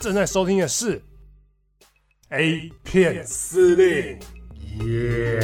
正在收听的是 A 片司令，耶！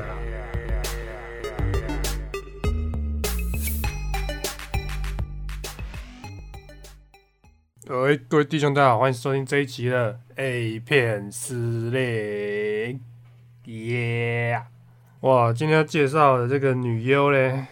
各位弟兄大家好，欢迎收听这一集的 A 片司令，耶！哇，今天要介绍的这个女优嘞，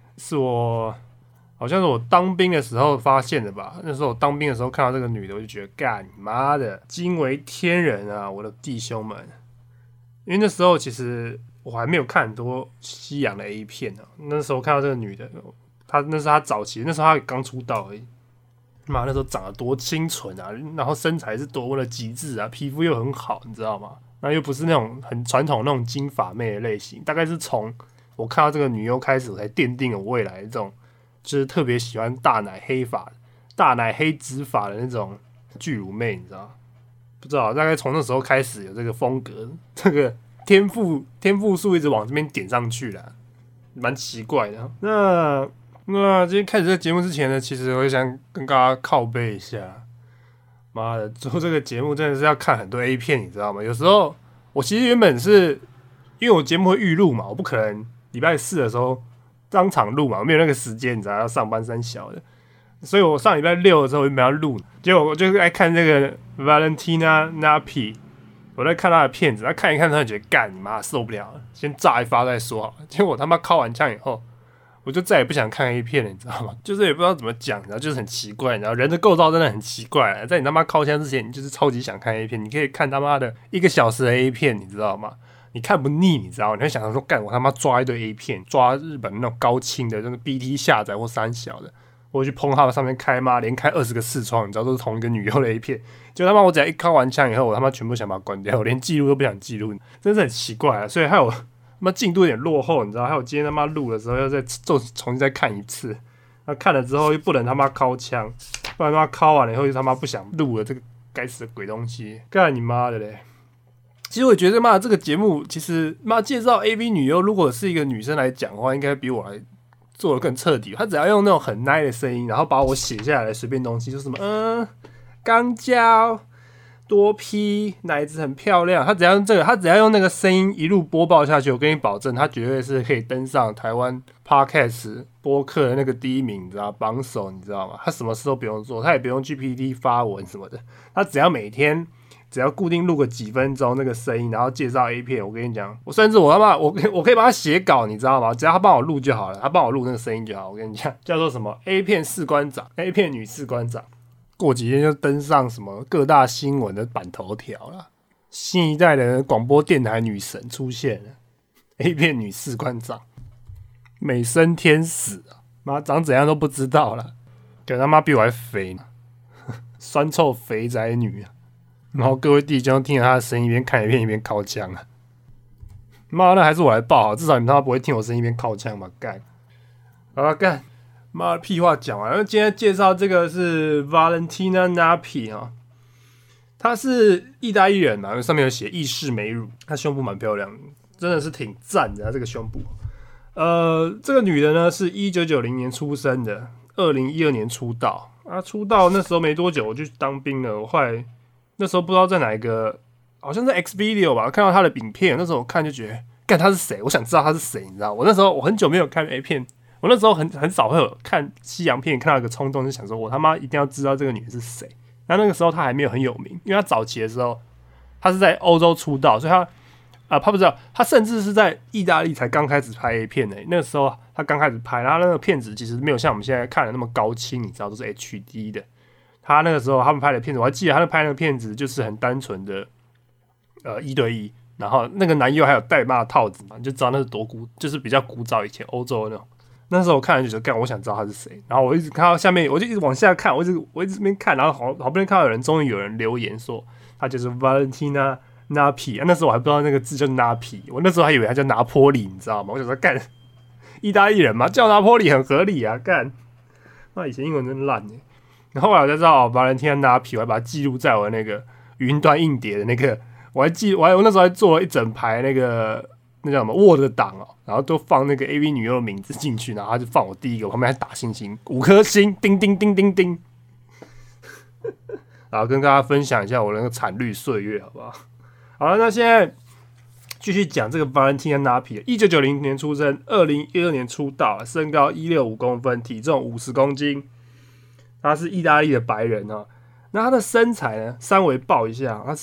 好像是我当兵的时候发现的吧。那时候我当兵的时候看到这个女的，我就觉得干你妈的惊为天人啊，我的弟兄们！因为那时候其实我还没有看很多西洋的 A 片啊。那时候看到这个女的，那是她早期，那时候她刚出道而已。妈，那时候长得多清纯啊，然后身材是多么的极致啊，皮肤又很好，你知道吗？那又不是那种很传统那种金发妹的类型。大概是从我看到这个女优开始，我才奠定了我未来的这种。就是特别喜欢大奶黑发、大奶黑直发的那种巨乳妹，你知道吗？不知道，大概从那时候开始有这个风格，这个天赋树一直往这边点上去了，蛮奇怪的。那今天开始这个节目之前呢，其实我也想跟大家靠背一下。妈的，做这个节目真的是要看很多 A 片，你知道吗？有时候我其实原本是因为我节目会预录嘛，我不可能礼拜四的时候。当场录嘛，我没有那个时间，你知道要上班三小的，所以我上礼拜六的时候我原本要录，结果我就在看这个 Valentina Nappi， 我在看她的片子，她看一看，突然觉得干你妈受不了了，先炸一发再说好了。结果我他妈敲完枪以后，我就再也不想看 A 片了，你知道吗？就是也不知道怎么讲，然后就是很奇怪，你知道人的构造真的很奇怪。在你他妈敲枪之前，你就是超级想看 A 片，你可以看他妈的1个小时的 A 片，你知道吗？你看不腻，你知道吗？你会想说，干我他妈抓一堆 A 片，抓日本那种高清的，那个 BT 下载或三小的，我去碰他们上面开妈，连开20个视窗，你知道都是同一个女优的 A 片。就他妈我只要一敲完枪以后，我他妈全部想把它关掉，我连记录都不想记录，真是很奇怪啊！所以还有他妈进度有点落后，你知道？还有今天他妈录的时候要再重新再看一次，那看了之后又不能他妈敲枪，不然他妈敲完了以后就他妈不想录了，这个该死的鬼东西，干你妈的嘞！其实我觉得妈这个节目，其实妈介绍 AV 女优，如果是一个女生来讲的话，应该比我来做的更彻底。她只要用那种很奶的声音，然后把我写下来的随便东西，就什么肛交、多 P、奶子很漂亮，她只要用这个，她只要用那个声音一路播报下去，我跟你保证，她绝对是可以登上台湾 Podcast 播客的那个第一名，你知道榜首，你知道吗？她什么事都不用做，她也不用 GPT 发文什么的，她只要每天。只要固定录个几分钟那个声音，然后介绍 A 片，我跟你讲，我甚至我可以帮他写稿，你知道吗？只要他帮我录就好了，他帮我录那个声音就好。我跟你讲，叫做什么 A 片士官长 ，A 片女士官长，过几天就登上什么各大新闻的版头条了。新一代的广播电台女神出现了 ，A 片女士官长，美声天使啊，妈长怎样都不知道了，可他妈比我还肥呢，酸臭肥宅女啊！然后各位弟兄听着他的声音，一边看一遍一边靠枪啊！妈，那还是我来报好，至少你他妈不会听我声音一边靠枪嘛！干，好了干，妈的屁话讲完。今天介绍这个是 Valentina Nappi 哈，她是意大利人嘛，上面有写意式美乳，她胸部蛮漂亮的，真的是挺赞的、啊、这个胸部。这个女的呢是1990年出生的，2012年出道啊，出道那时候没多久我就去当兵了，我后来。那时候不知道在哪一个，好像是 Xvideo 吧，看到他的影片，那时候我看就觉得，干他是谁？我想知道他是谁，你知道？我那时候我很久没有看 A 片，我那时候很少会有看西洋片，看到一个冲动就想说，我他妈一定要知道这个女人是谁。那个时候他还没有很有名，因为他早期的时候，他是在欧洲出道，所以他不知道，他甚至是在意大利才刚开始拍 A 片的、那个时候他刚开始拍，然后那个片子其实没有像我们现在看的那么高清，你知道，都是 HD 的。他那个时候他们拍的片子，我还记得他拍那个片子就是很单纯的1对1，然后那个男优还有戴骂套子嘛，你就知道那是多就是比较古早以前欧洲的那种。那时候我看了就觉得干，我想知道他是谁。然后我一直看到下面，我就一直往下看，我一直这边看，然后好不容易看到终于有人留言说他就是 Valentina Nappi，那时候我还不知道那个字叫 Nappi， 我那时候还以为他叫拿坡里，你知道吗？我想说干，意大利人嘛，叫拿坡里很合理啊，干。那以前英文真烂耶。然后后来我才知道Valentina Nappi， 我还把它记录在我那个云端硬碟的那个，我那时候还做了一整排那叫什么 Word 档哦，然后都放那个 AV 女优的名字进去，然后他就放我第一个，我旁边还打星星，5颗星，叮叮叮叮叮。 然后跟大家分享一下我那个惨绿岁月，好不好？好了，那现在继续讲这个 Valentina Nappi，1990年出生，2012年出道，身高165公分，体重50公斤，他是意大利的白人啊。那他的身材呢，三围报一下，他是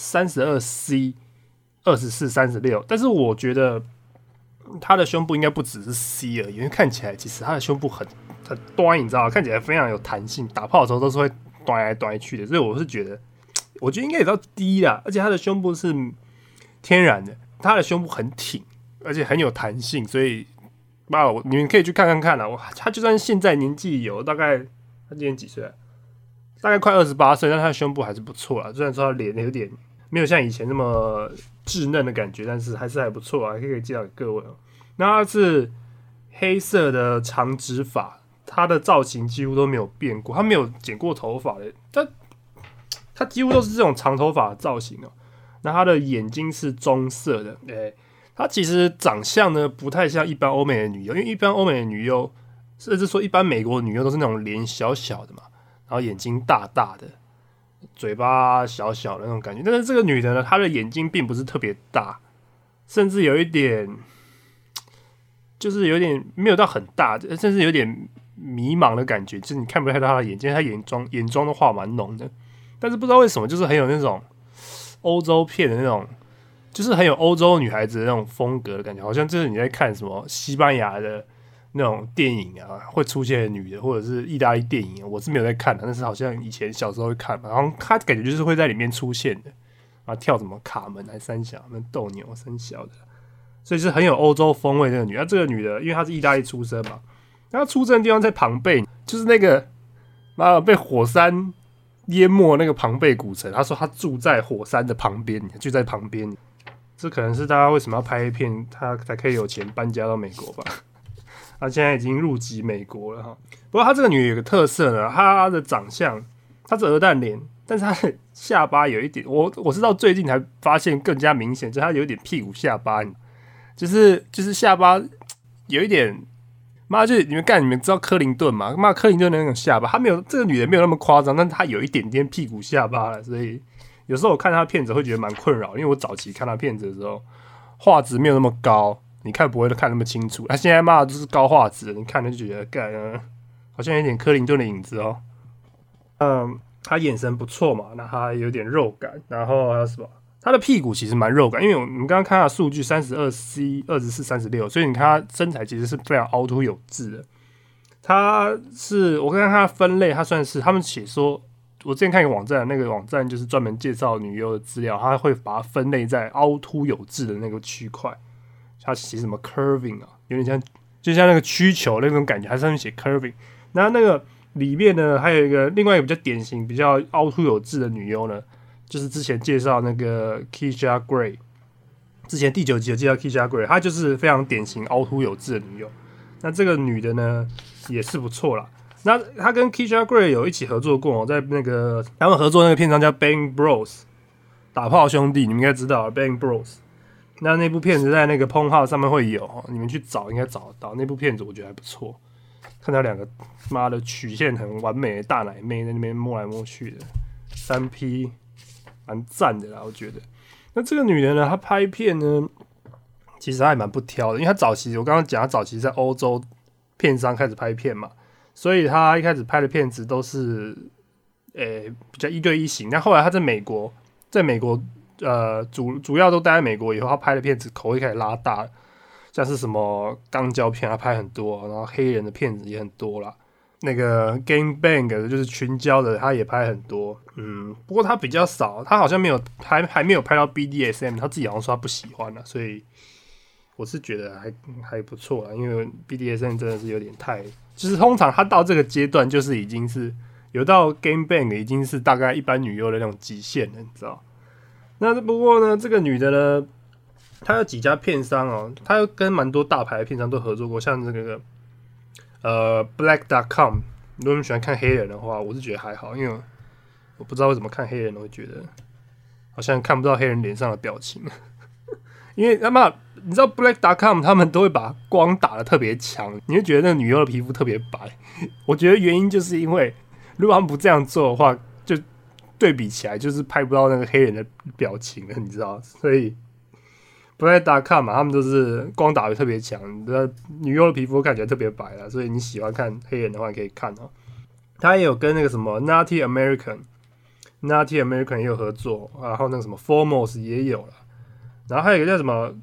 32C、24、36，但是我觉得他的胸部应该不只是 C 而已，因为看起来其实他的胸部很端，你知道吗？看起来非常有弹性，打炮的时候都是会端来端去的，所以我是觉得，我觉得应该也到 D 啦，而且他的胸部是天然的，他的胸部很挺，而且很有弹性，所以你们可以去看看啦。他就算现在年纪有大概，他今年几岁啊？大概快28岁，但他的胸部还是不错啦。虽然说他脸有点没有像以前那么稚嫩的感觉，但是还是还不错啊，可以介绍给各位。那他是黑色的长直发，他的造型几乎都没有变过，他没有剪过头发的，他几乎都是这种长头发的造型哦。那他的眼睛是棕色的，他其实长相呢不太像一般欧美的女优，因为一般欧美的女优，甚至说一般美国的女优都是那种脸小小的嘛。然后眼睛大大的，嘴巴小小的那种感觉，但是这个女的呢，她的眼睛并不是特别大，甚至有一点，就是有点没有到很大，甚至有点迷茫的感觉，就是你看不太到她的眼睛，她眼妆都画蛮浓的，但是不知道为什么，就是很有那种欧洲片的那种，就是很有欧洲女孩子的那种风格的感觉，好像就是你在看什么西班牙的那种电影啊，会出现的女的，或者是意大利电影，我是没有在看的，但是好像以前小时候会看嘛，然后她感觉就是会在里面出现的，啊，跳什么卡门还三小，那斗牛三小的，所以是很有欧洲风味的那个女。那这个女的，因为她是意大利出生嘛，她出生的地方在庞贝，就是那个被火山淹没那个庞贝古城。她说她住在火山的旁边，就在旁边。这可能是大家为什么要拍片，她才可以有钱搬家到美国吧。他现在已经入籍美国了哈。不过他这个女的有个特色呢，她的长相，她是鹅蛋脸，但是她的下巴有一点，我是到最近才发现更加明显，就是她有一点屁股下巴，就是下巴有一点，就是你们知道柯林顿吗？柯林顿的那种下巴，她没有这个女的没有那么夸张，但她有一点点屁股下巴了，所以有时候我看她的片子会觉得蛮困扰，因为我早期看她片子的时候，画质没有那么高。你看不会看那么清楚，他现在骂的就是高画质，你看就觉得好像有点柯林顿的影子哦。他眼神不错嘛，那他有点肉感，然后还有什么？他的屁股其实蛮肉感，因为我们刚刚看他的数据32C、24、36，所以你看他身材其实是非常凹凸有致的。我看他的分类，他算是他们写说，我之前看一个网站，那个网站就是专门介绍女优的资料，他会把它分类在凹凸有致的那个区块。它写什么 curving 啊，有点像，就像那个曲球那种感觉，它上面写 curving。然后那个里面呢，还有另外一个比较典型、比较凹凸有致的女优呢，就是之前介绍那个 Keisha Gray， 之前第9集有介绍 Keisha Gray， 她就是非常典型凹凸有致的女优。那这个女的呢，也是不错啦。那她跟 Keisha Gray 有一起合作过，在那个他们合作那个片商叫 Bang Bros， 打炮兄弟，你们应该知道 Bang Bros。那部片子在那个 Pornhub 上面会有，你们去找应该找得到。那部片子我觉得还不错，看到两个妈的曲线很完美的大奶妹在那边摸来摸去的，3P 蛮赞的啦，我觉得。那这个女人呢，她拍片呢，其实她还蛮不挑的，因为她早期我刚刚讲，她早期在欧洲片商开始拍片嘛，所以她一开始拍的片子都是比较1对1型。那后来她在美国主要都待在美国以后，他拍的片子口味开始拉大了，像是什么钢胶片他拍很多，然后黑人的片子也很多啦。那个 Gang Bang 的就是群交的，他也拍很多。不过他比较少，他好像还没有拍到 BDSM， 他自己好像说他不喜欢了，所以我是觉得还不错啦，因为 BDSM 真的是有点太，就是通常他到这个阶段就是已经是有到 Gang Bang 已经是大概一般女优的那种极限了，你知道。那不过呢，这个女的呢，她有几家片商哦，她跟蛮多大牌的片商都合作过，像这个Black.com。如果你们喜欢看黑人的话，我是觉得还好，因为我不知道为什么看黑人我会觉得好像看不到黑人脸上的表情，因为你知道 Black.com 他们都会把光打得特别强，你会觉得那个女优的皮肤特别白。我觉得原因就是因为如果他们不这样做的话，就对比起来就是拍不到那个黑人的表情了，你知道？所以不太大看嘛，他们都是光打得特别强，女优的皮肤看起来特别白啦，所以你喜欢看黑人的话，你可以看哦。他也有跟那个什么 Naughty American 也有合作，然后那个什么 Foremost 也有了，然后还有一个叫什么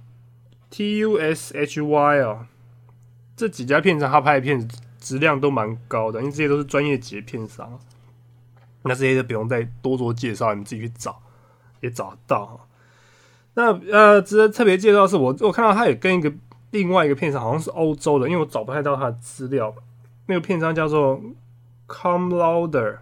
TUSHY 哦，这几家片商他拍的片子质量都蛮高的，因为这些都是专业级的片商，那这些就不用再多做介绍，你们自己去找也找得到。那值得特别介绍的是我看到他也跟另外一个片商好像是欧洲的，因为我找不太到他的资料，那个片商叫做 Cum Lauder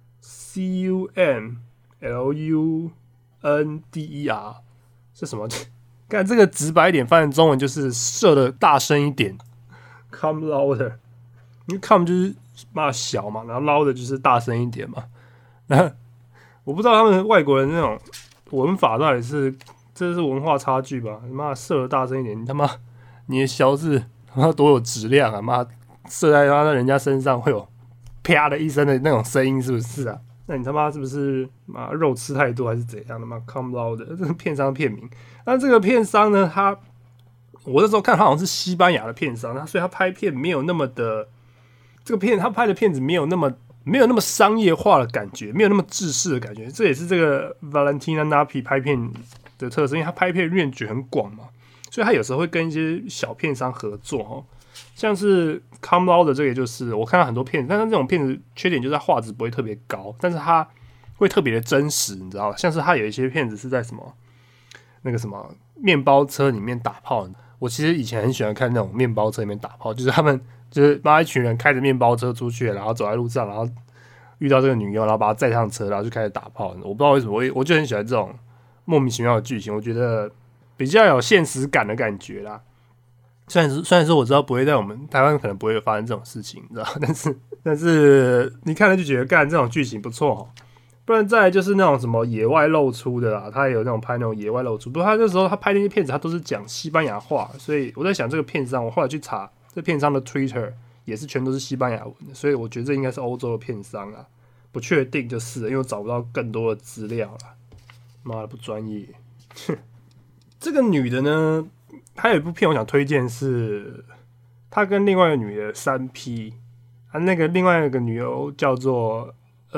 CUMLUNDER 是什么？看这个直白一点翻译中文就是射的大声一点 ，Cum Lauder， 因为 Cum 就是小嘛，然后 Lauder 就是大声一点嘛。那我不知道他们外国人那种文法到底是这是文化差距吧？妈射的大声一点，你的小字他妈多有质量啊！妈射在人家身上会有啪的一声的那种声音，是不是啊？那你他妈是不是肉吃太多还是怎样的嘛 ？Cum Lauder 这是片商的片名。那这个片商呢，我那时候看他好像是西班牙的片商，所以他拍片没有那么的他拍的片子没有那么商业化的感觉，没有那么制式的感觉。这也是这个 Valentina Nappi 拍片的特色，因为他拍片range很广嘛，所以他有时候会跟一些小片商合作哦。像是 Cum Lauder 这个就是我看到很多片子，但是这种片子缺点就是它画质不会特别高，但是它会特别的真实，你知道吧？像是它有一些片子是在那个什么面包车里面打炮。我其实以前很喜欢看那种面包车里面打炮，就是他们就是一群人开着面包车出去，然后走在路上，然后遇到这个女优，然后把她载上车，然后就开始打炮。我不知道为什么，我就很喜欢这种莫名其妙的剧情，我觉得比较有现实感的感觉啦。虽然说我知道不会在我们台湾可能不会发生这种事情，你知道，但是你看了就觉得干这种剧情不错哦。不然再来就是那种什么野外露出的啦，他也有那种拍那种野外露出。不过他那时候他拍那些片子，他都是讲西班牙话，所以我在想这个片商，我后来去查这片商的 Twitter 也是全都是西班牙文的，所以我觉得这应该是欧洲的片商啦，不确定就是了，因为我找不到更多的资料啦。妈的不专业。这个女的呢，还有一部片我想推荐是她跟另外一个女的3P， 那个另外一个女优叫做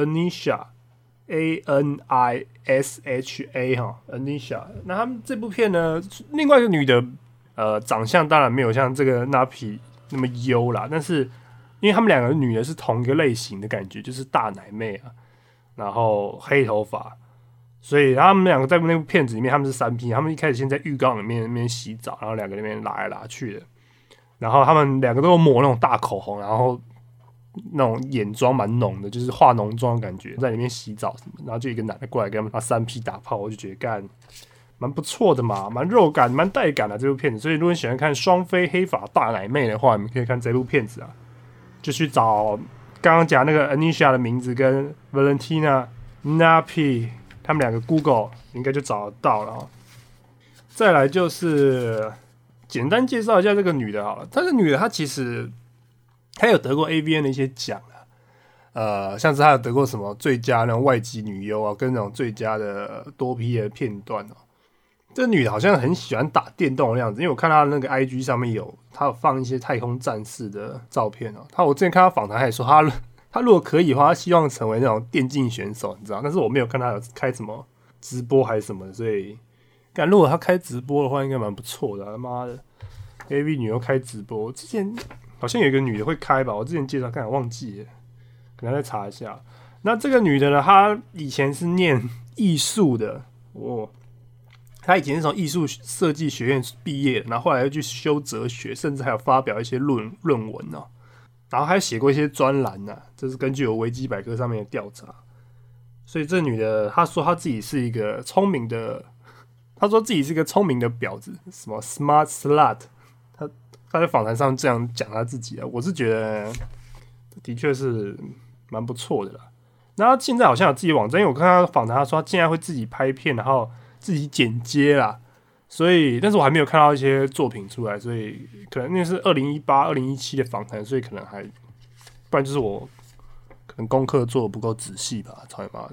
Anisha。ANISHA 哈 ，Anisha。那他们这部片呢，另外一个女的，长相当然没有像这个 Nappi 那么优啦，但是因为他们两个女的是同一个类型的感觉，就是大奶妹啊，然后黑头发，所以他们两个在那部片子里面他们是3P， 他们一开始先在浴缸里面洗澡，然后两个那边拉来拉去的，然后他们两个都有抹那种大口红，然后那种眼妆蛮浓的，就是化浓妆的感觉，在里面洗澡什么，然后就一个男的过来跟他们拿3P 打炮，我就觉得干蛮不错的嘛，蛮肉感、蛮带感的这部片子。所以如果你喜欢看双飞黑发大奶妹的话，你们可以看这部片子啊，就去找刚刚讲那个 Anisha 的名字跟 Valentina Nappi 他们两个 Google 应该就找得到了。再来就是简单介绍一下这个女的好了，这个女的她其实她有得过 AVN 的一些奖啊，像是她有得过什么最佳那种外籍女优啊，跟那种最佳的多 P 的片段哦。这女的好像很喜欢打电动的样子，因为我看她的那个 IG 上面她有放一些太空战士的照片哦。我之前看她访谈，她也说她如果可以的话，她希望成为那种电竞选手，你知道？但是我没有看她有开什么直播还是什么的，所以如果她开直播的话，应该蛮不错的。他妈的 ，AV 女优开直播，之前好像有一个女的会开吧？我之前介绍看忘记了，可能再查一下。那这个女的呢，她以前是念艺术的她以前是从艺术设计学院毕业的，然后后来又去修哲学，甚至还有发表一些论文哦。然后还写过一些专栏啊，这是根据有维基百科上面的调查。所以这女的她说她自己是一个聪明的，她说自己是一个聪明的婊子，什么 smart slut。她在访谈上这样讲她自己啊，我是觉得的确是蛮不错的啦。然后现在好像有自己网站，因为我看她访谈，她说她现在会自己拍片，然后自己剪接啦。所以，但是我还没有看到一些作品出来，所以可能那是2018、2017的访谈，所以可能不然就是我可能功课做的不够仔细吧，操你妈的！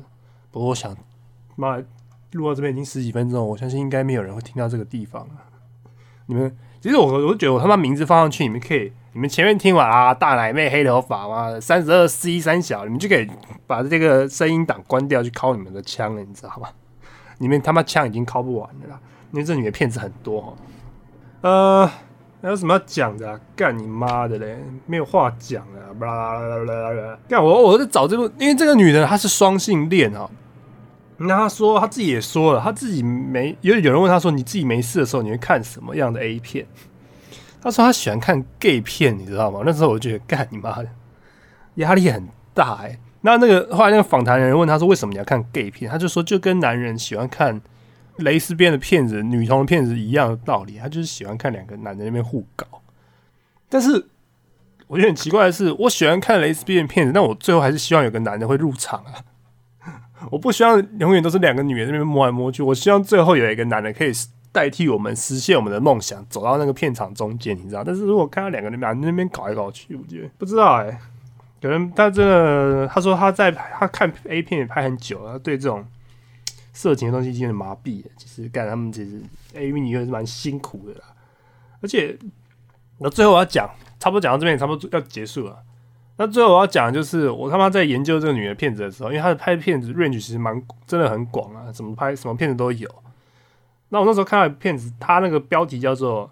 不过我想，妈，录到这边已经10几分钟，我相信应该没有人会听到这个地方了。你们，其实我就觉得我他妈名字放上去，你们前面听完啊，大奶妹黑头发嘛，32C 三小，你们就可以把这个声音档关掉，去敲你们的枪了，你知道吗？你们他妈枪已经敲不完了啦，因为这里面骗子很多哈。还有什么要讲的啊？干你妈的嘞，没有话讲了。干我在找这部，因为这个女的她是双性恋哈。那她说她自己也说了，她自己有人问她说，你自己没事的时候你会看什么样的 A 片？她说她喜欢看 gay 片，你知道吗？那时候我就觉得干你妈的，压力很大欸。那个后来那个访谈人问她说，为什么你要看 gay 片？她就说就跟男人喜欢看蕾丝边的片子、女同的片子一样的道理，他就是喜欢看两个男的那边互搞。但是我觉得很奇怪的是，我喜欢看蕾丝边的片子，但我最后还是希望有个男的会入场啊。我不希望永远都是两个女人在那边摸来摸去，我希望最后有一个男的可以代替我们实现我们的梦想，走到那个片场中间，你知道？但是如果看到两个男的那边搞来搞去，我觉得不知道可能他真的，他说他看 A 片也拍很久了，他对这种色情的东西已经很麻痹了。其实他们其实 AV 女优是蛮辛苦的啦。而且我最后我要讲，差不多讲到这边也差不多要结束了。那最后我要讲的就是我他妈在研究这个女的片子的时候，因为她的拍片子 range 其实真的很广啊，什么片子都有。那我那时候看到的片子，她那个标题叫做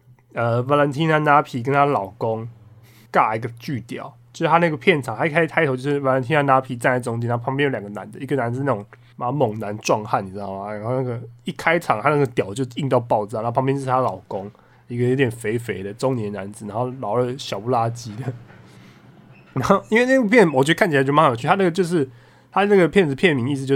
Valentina Nappi 跟她老公尬一个巨屌，就是她那个片场，她一开头就是 Valentina Nappi 站在中间，然后旁边有两个男的，一个男的是那种猛男壮汉，你知道吗？然后那个一开场，他那个屌就硬到爆炸，然后旁边是她老公，一个有点肥肥的中年男子，然后老二小不拉几的。然后因为那部片我觉得看起来就蛮有趣，他那个片子片名意思就是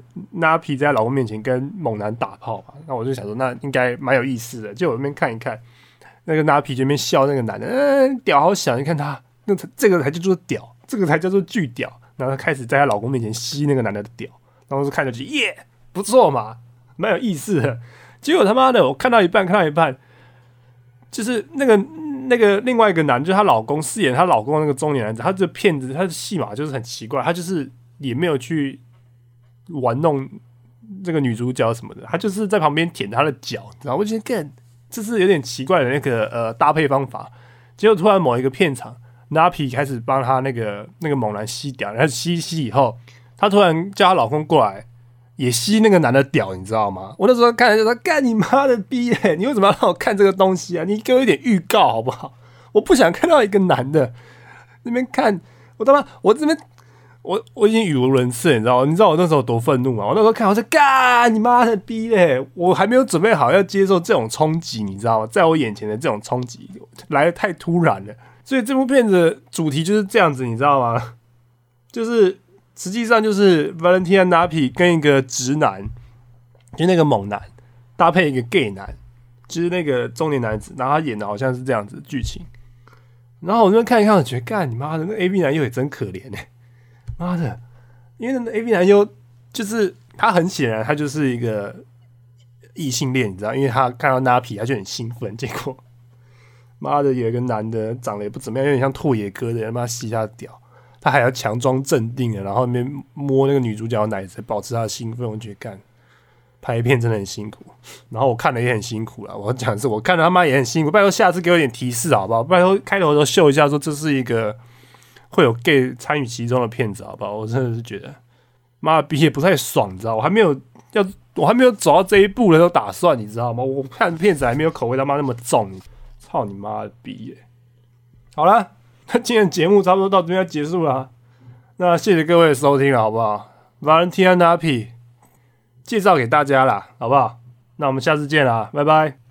Nappi 在老公面前跟猛男打炮嘛，那我就想说那应该蛮有意思的，就我那边看一看，那个 Nappi 就那边笑那个男的，屌好小，你看他这个才叫做屌，这个才叫做巨屌，然后他开始在他老公面前吸那个男的屌，然后就看上去耶不错嘛，蛮有意思的。结果他妈的我看到一半，就是那个另外一个男，就是她老公饰演她老公的那个中年男子，他这骗子，他的戏码就是很奇怪，他就是也没有去玩弄这个女主角什么的，他就是在旁边舔她的脚，然后我觉得干这是有点奇怪的那个搭配方法。结果突然某一个片场 ，Nappi 开始帮他那个猛男吸屌，然后吸以后，他突然叫她老公过来。也吸那个男的屌，你知道吗？我那时候看就说：“干你妈的逼嘞！你为什么要让我看这个东西啊？你给我一点预告好不好？我不想看到一个男的那边看我他妈，我这边我已经语无伦次，你知道吗？你知道我那时候有多愤怒吗？我那时候看，我说干你妈的逼嘞！我还没有准备好要接受这种冲击，你知道吗？在我眼前的这种冲击来得太突然了，所以这部片子的主题就是这样子，你知道吗？就是。实际上就是 Valentina Nappi 跟一个直男，就是那个猛男搭配一个 gay 男，就是那个中年男子，然后他演的好像是这样子的剧情。然后我这边看一看，我觉得干你妈的，那 AV 男优也真可怜妈的，因为那 AV 男优就是他很显然他就是一个异性恋，你知道，因为他看到 Nappi 他就很兴奋，结果妈的有一个男的长得也不怎么样，有点像拓野哥的人，妈吸他的屌。他还要强装镇定的，然后那边摸那个女主角的奶子，保持她的兴奋。我觉得干拍片真的很辛苦，然后我看了也很辛苦啦。我讲的是我看了他妈也很辛苦，拜托下次给我点提示好不好？拜托开头都秀一下，说这是一个会有 gay 参与其中的片子好不好？我真的是觉得妈的逼也不太爽，你知道？我还没有走到这一步的都打算，你知道吗？我看片子还没有口味他妈那么重，操你妈的逼好了。那今天的节目差不多到这边要结束了，那谢谢各位的收听了，好不好 ？Valentina Nappi 介绍给大家啦，好不好？那我们下次见啦，拜拜。